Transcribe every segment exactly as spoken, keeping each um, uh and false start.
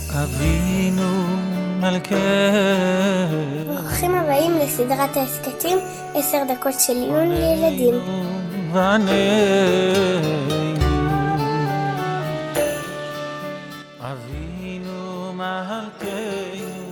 אבינו מלכנו. ברוכים הבאים לסדרת ההסכתים עשר דקות של עיון לילדים. ועננו אבינו מלכנו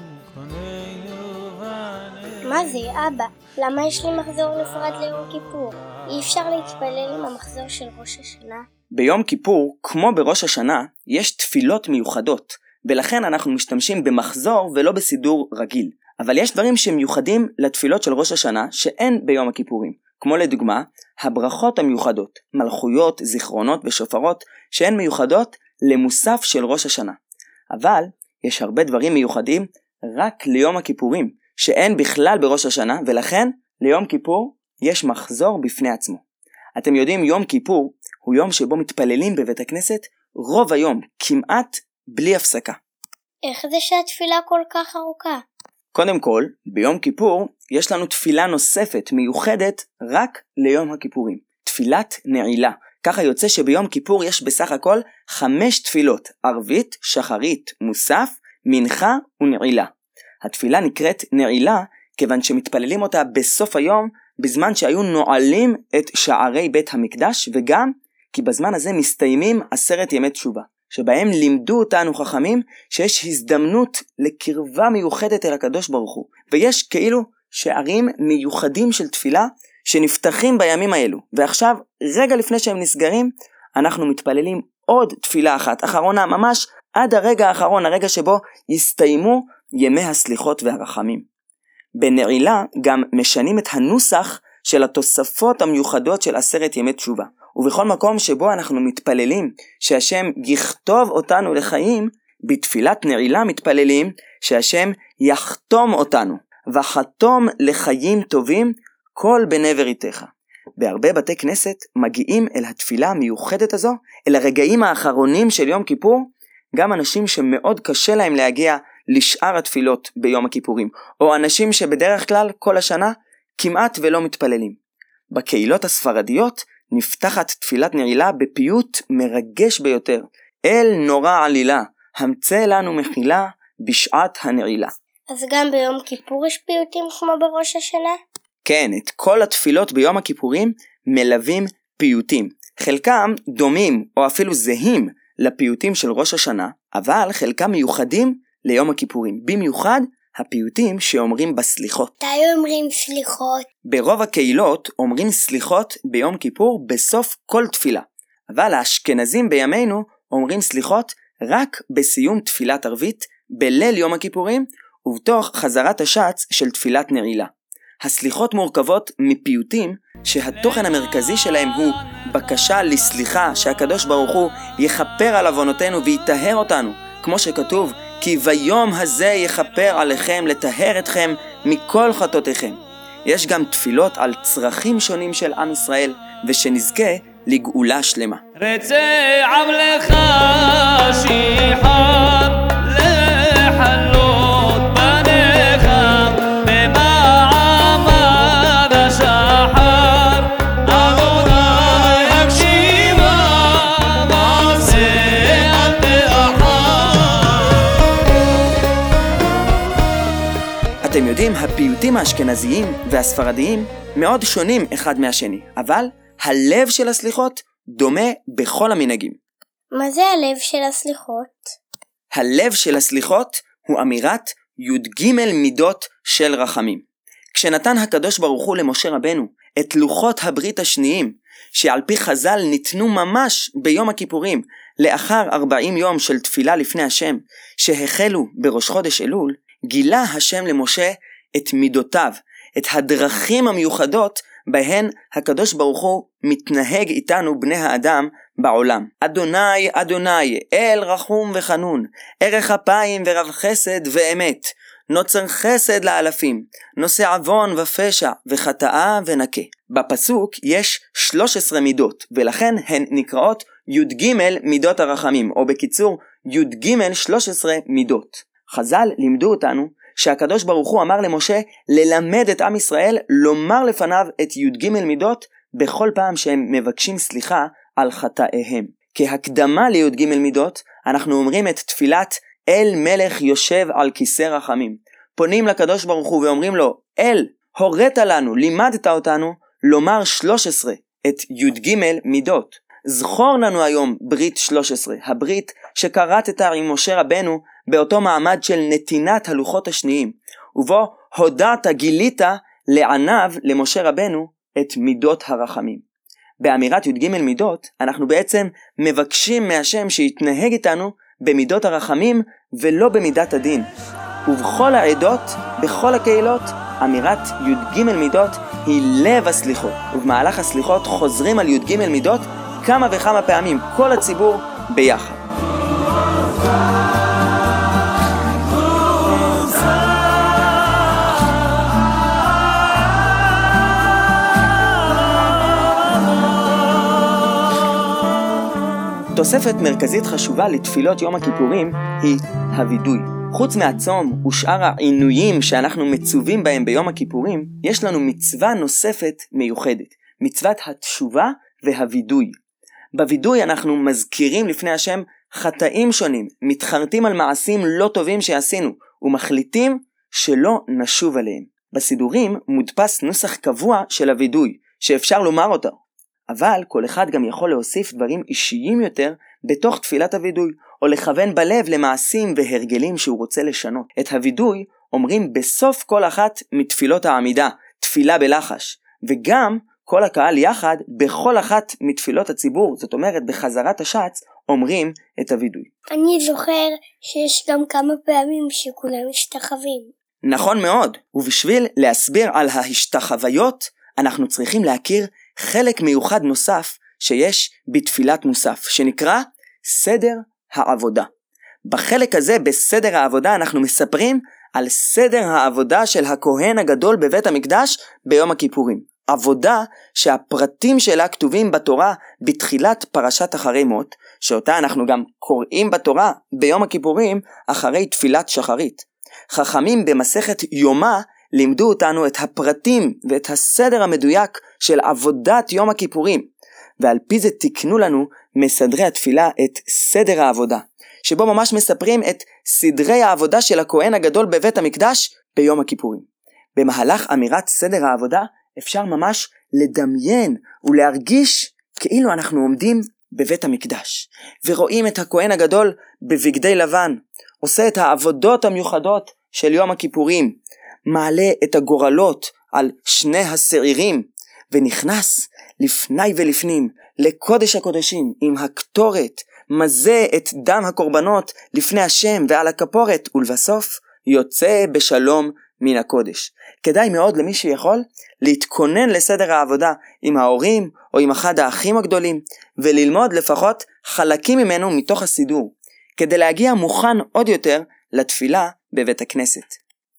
חוננו ועננו. מה זה, אבא? למה יש לי מחזור נפרד ליום כיפור? אי אפשר להתפלל עם המחזור של ראש השנה? ביום כיפור, כמו בראש השנה, יש תפילות מיוחדות, ולכן אנחנו משתמשים במחזור ולא בסידור רגיל. אבל יש דברים שמיוחדים לתפילות של ראש השנה שאין ביום הכיפורים, כמו לדוגמה, הברכות המיוחדות, מלכויות, זיכרונות ושופרות, שהן מיוחדות למוסף של ראש השנה. אבל יש הרבה דברים מיוחדים רק ליום הכיפורים, שאין בכלל בראש השנה, ולכן ליום כיפור יש מחזור בפני עצמו. אתם יודעים, יום כיפור הוא יום שבו מתפללים בבית הכנסת רוב היום, כמעט בלי הפסקה. איך זה שהתפילה כל כך ארוכה? קודם כל, ביום כיפור יש לנו תפילה נוספת מיוחדת רק ליום הכיפורים. תפילת נעילה. ככה יוצא שביום כיפור יש בסך הכל חמש תפילות, ערבית, שחרית, מוסף, מנחה ונעילה. התפילה נקראת נעילה כיוון שמתפללים אותה בסוף היום, בזמן שהיו נועלים את שערי בית המקדש, וגם כי בזמן הזה מסתיימים עשרת ימי תשובה, שבהם לימדו אותנו חכמים שיש הזדמנות לקרבה מיוחדת אל הקדוש ברוך הוא, ויש כאילו שערים מיוחדים של תפילה שנפתחים בימים האלו, ועכשיו רגע לפני שהם נסגרים אנחנו מתפללים עוד תפילה אחת אחרונה, ממש עד הרגע האחרון, הרגע שבו יסתיימו ימי הסליחות והרחמים. בנעילה גם משנים את הנוסח של התוספות המיוחדות של עשרת ימי תשובה, ובכל מקום שבו אנחנו מתפללים שהשם יכתוב אותנו לחיים, בתפילת נעילה מתפללים שהשם יחתום אותנו, וחתום לחיים טובים כל בני בריתך. בהרבה בתי כנסת מגיעים אל התפילה המיוחדת הזו, אל הרגעים האחרונים של יום כיפור, גם אנשים שמאוד קשה להם להגיע לשאר התפילות ביום הכיפורים, או אנשים שבדרך כלל כל השנה כמעט ולא מתפללים. בקהילות הספרדיות נפתחת תפילת נעילה בפיוט מרגש ביותר. אל נורא עלילה, המצא לנו מחילה בשעת הנעילה. אז גם ביום כיפור יש פיוטים כמו בראש השנה? כן, את כל התפילות ביום הכיפורים מלווים פיוטים. חלקם דומים או אפילו זהים לפיוטים של ראש השנה, אבל חלקם מיוחדים ליום הכיפורים, במיוחד הפיוטים שאומרים בסליחות. מתי אומרים סליחות? ברוב הקהילות אומרים סליחות ביום כיפור בסוף כל תפילה, אבל האשכנזים בימינו אומרים סליחות רק בסיום תפילת ערבית, בליל יום הכיפורים, ובתוך חזרת השץ של תפילת נעילה. הסליחות מורכבות מפיוטים שהתוכן המרכזי שלהם הוא בקשה לסליחה, שהקדוש ברוך הוא יכפר על עוונותינו ויטהר אותנו, כמו שכתוב, כי ביום הזה יכפר עליכם לטהר אתכם מכל חטאותיכם. יש גם תפילות על צרכים שונים של עם ישראל, ושנזכה לגאולה שלמה. רצה עמלך שיחר לחלות בניך במעמד השחר, אדוני יקשיבה מעשה אל תאחר. אתם יודעים, הפיוטים האשכנזיים והספרדיים מאוד שונים אחד מהשני, אבל הלב של הסליחות דומה בכל המנהגים. מה זה הלב של הסליחות? הלב של הסליחות הוא אמירת י"ג מידות של רחמים. כשנתן הקדוש ברוך הוא למשה רבנו את לוחות הברית השניים, שעל פי חז"ל ניתנו ממש ביום הכיפורים, לאחר ארבעים יום של תפילה לפני השם, שהחלו בראש חודש אלול, גילה השם למשה את מידותיו, את הדרכים המיוחדות בהן הקדוש ברוך הוא מתנהג איתנו בני האדם בעולם. אדוני אדוני אל רחום וחנון, ערך אפיים ורב חסד ואמת, נוצר חסד לאלפים, נושא עוון ופשע וחטאה ונקה. בפסוק יש שלוש עשרה מידות, ולכן הן נקראות י"ג מידות הרחמים, או בקיצור י"ג שלוש עשרה מידות. חז"ל לימדו אותנו שהקדוש ברוך הוא אמר למשה ללמד את עם ישראל לומר לפניו את י"ג מידות בכל פעם שהם מבקשים סליחה על חטאיהם. כהקדמה לי"ג מידות אנחנו אומרים את תפילת אל מלך יושב על כיסא רחמים. פונים לקדוש ברוך הוא ואומרים לו, אל, הורית לנו, לימדת אותנו, לומר שלוש עשרה, את י"ג מידות. זכור לנו היום ברית שלוש עשרה, הברית שקראת עם משה רבנו באותו מעמד של נתינת הלוחות השניים, ובו הודעת גילית לעניו למשה רבנו את מידות הרחמים. באמירת י"ג מידות אנחנו בעצם מבקשים מהשם שיתנהג איתנו במידות הרחמים ולא במידת הדין. ובכל העדות, בכל הקהילות, אמירת י"ג מידות היא לב הסליחות, ובמהלך הסליחות חוזרים על י"ג מידות כמה וכמה פעמים, כל הציבור ביחד. תוספת מרכזית חשובה לתפילות יום הכיפורים היא הווידוי. חוץ מהצום ושאר העינויים שאנחנו מצווים בהם ביום הכיפורים, יש לנו מצווה נוספת מיוחדת, מצוות התשובה והווידוי. בווידוי אנחנו מזכירים לפני השם חטאים שונים, מתחרטים על מעשים לא טובים שעשינו, ומחליטים שלא נשוב עליהם. בסידורים מודפס נוסח קבוע של הווידוי, שאפשר לומר אותו. אבל כל אחד גם יכול להוסיף דברים אישיים יותר בתוך תפילת הווידוי, או לכוון בלב למעשים והרגלים שהוא רוצה לשנות. את הווידוי אומרים בסוף כל אחת מתפילות העמידה, תפילה בלחש, וגם כל הקהל יחד בכל אחת מתפילות הציבור, זאת אומרת בחזרת השץ, אומרים את הווידוי. אני זוכר שיש גם כמה פעמים שכולם משתחווים. נכון מאוד, ובשביל להסביר על ההשתחוויות, אנחנו צריכים להכיר חלק מיוחד נוסף שיש בתפילת מוסף, שנקרא סדר העבודה. בחלק הזה, בסדר העבודה, אנחנו מספרים על סדר העבודה של הכהן הגדול בבית המקדש ביום הכיפורים. עבודה שהפרטים שלה כתובים בתורה בתחילת פרשת אחרי מות, שאותה אנחנו גם קוראים בתורה ביום הכיפורים אחרי תפילת שחרית. חכמים במסכת יומא לימדו אותנו את הפרטים ואת הסדר המדויק של עבודת יום הכיפורים, ועל פי זה תיקנו לנו מסדרי התפילה את סדר העבודה, שבו ממש מספרים את סדרי העבודה של הכהן הגדול בבית המקדש ביום הכיפורים. במהלך אמירת סדר העבודה אפשר ממש לדמיין ולהרגיש כאילו אנחנו עומדים בבית המקדש, ורואים את הכהן הגדול בבגדי לבן, עושה את העבודות המיוחדות של יום הכיפורים, מעלה את הגורלות על שני הסעירים, ונכנס לפני ולפנים לקודש הקודשים עם הקטורת, מזה את דם הקורבנות לפני השם ועל הכפורת, ולבסוף יוצא בשלום מן הקודש. כדאי מאוד למי שיכול להתכונן לסדר העבודה עם ההורים או עם אחד האחים הגדולים, וללמוד לפחות חלקים ממנו מתוך הסידור, כדי להגיע מוכן עוד יותר לתפילה בבית הכנסת.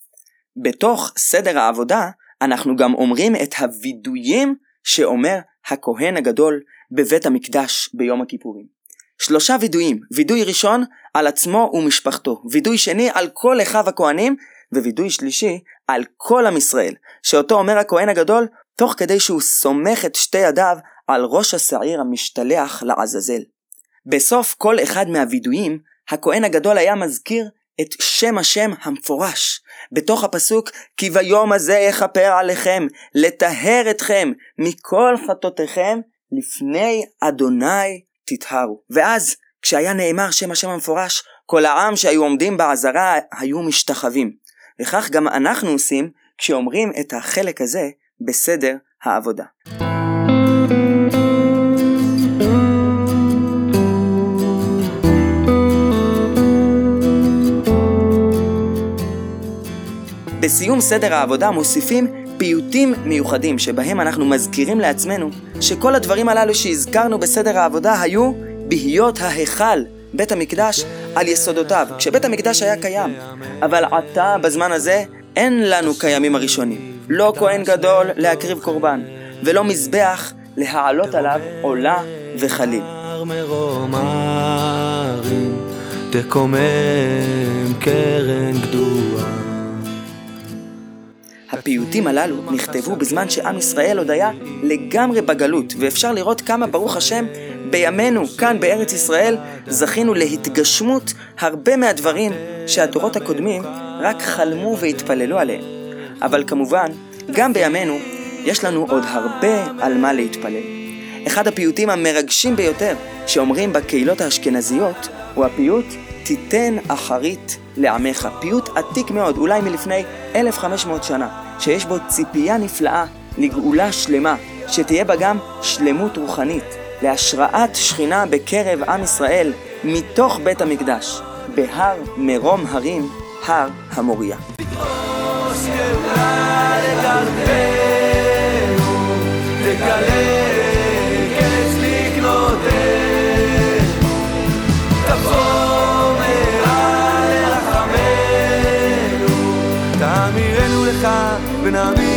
בתוך סדר העבודה אנחנו גם אומרים את הווידויים שאומר הכהן הגדול בבית המקדש ביום הכיפורים. שלושה וידויים, וידוי ראשון על עצמו ומשפחתו, וידוי שני על כל אחיו הכהנים, ווידוי שלישי על כל עם ישראל, שאותו אומר הכהן הגדול תוך כדי שהוא סומך את שתי ידיו על ראש השעיר המשתלח לעזאזל. בסוף כל אחד מהוידויים הכהן הגדול היה מזכיר את שם השם המפורש בתוך הפסוק, כי ביום הזה יכפר עליכם לטהר אתכם מכל חטאותיכם לפני אדוני תטהרו. ואז כשהיה נאמר שם השם המפורש, כל העם שהיו עומדים בעזרה היו משתחווים, וכך גם אנחנו עושים כשאומרים את החלק הזה בסדר העבודה. בסיום סדר העבודה מוסיפים פיוטים מיוחדים שבהם אנחנו מזכירים לעצמנו שכל הדברים הללו שהזכרנו בסדר העבודה היו בהיות ההיכל, בית המקדש, על יסודותיו, כשבית המקדש היה קיים. אבל עתה בזמן הזה אין לנו קיימים הראשונים, לא כהן גדול להקריב קורבן, ולא מזבח להעלות עליו עולה וחליל. תקומם קרן גדולה. הפיוטים הללו נכתבו בזמן שעם ישראל עוד היה לגמרי בגלות, ואפשר לראות כמה ברוך השם בימינו, כאן בארץ ישראל, זכינו להתגשמות הרבה מהדברים שהדורות הקודמים רק חלמו והתפללו עליהם. אבל כמובן, גם בימינו יש לנו עוד הרבה על מה להתפלל. אחד הפיוטים המרגשים ביותר שאומרים בקהילות האשכנזיות הוא הפיוט תיתן אחרית לעמך. פיוט עתיק מאוד, אולי מלפני אלף וחמש מאות שנה, שיש בו ציפייה נפלאה לגאולה שלמה, שתהיה בה גם שלמות רוחנית, להשראת שכינה בקרב עם ישראל מתוך בית המקדש, בהר מרום הרים, הר המוריה. תאמירנו לך ונאמין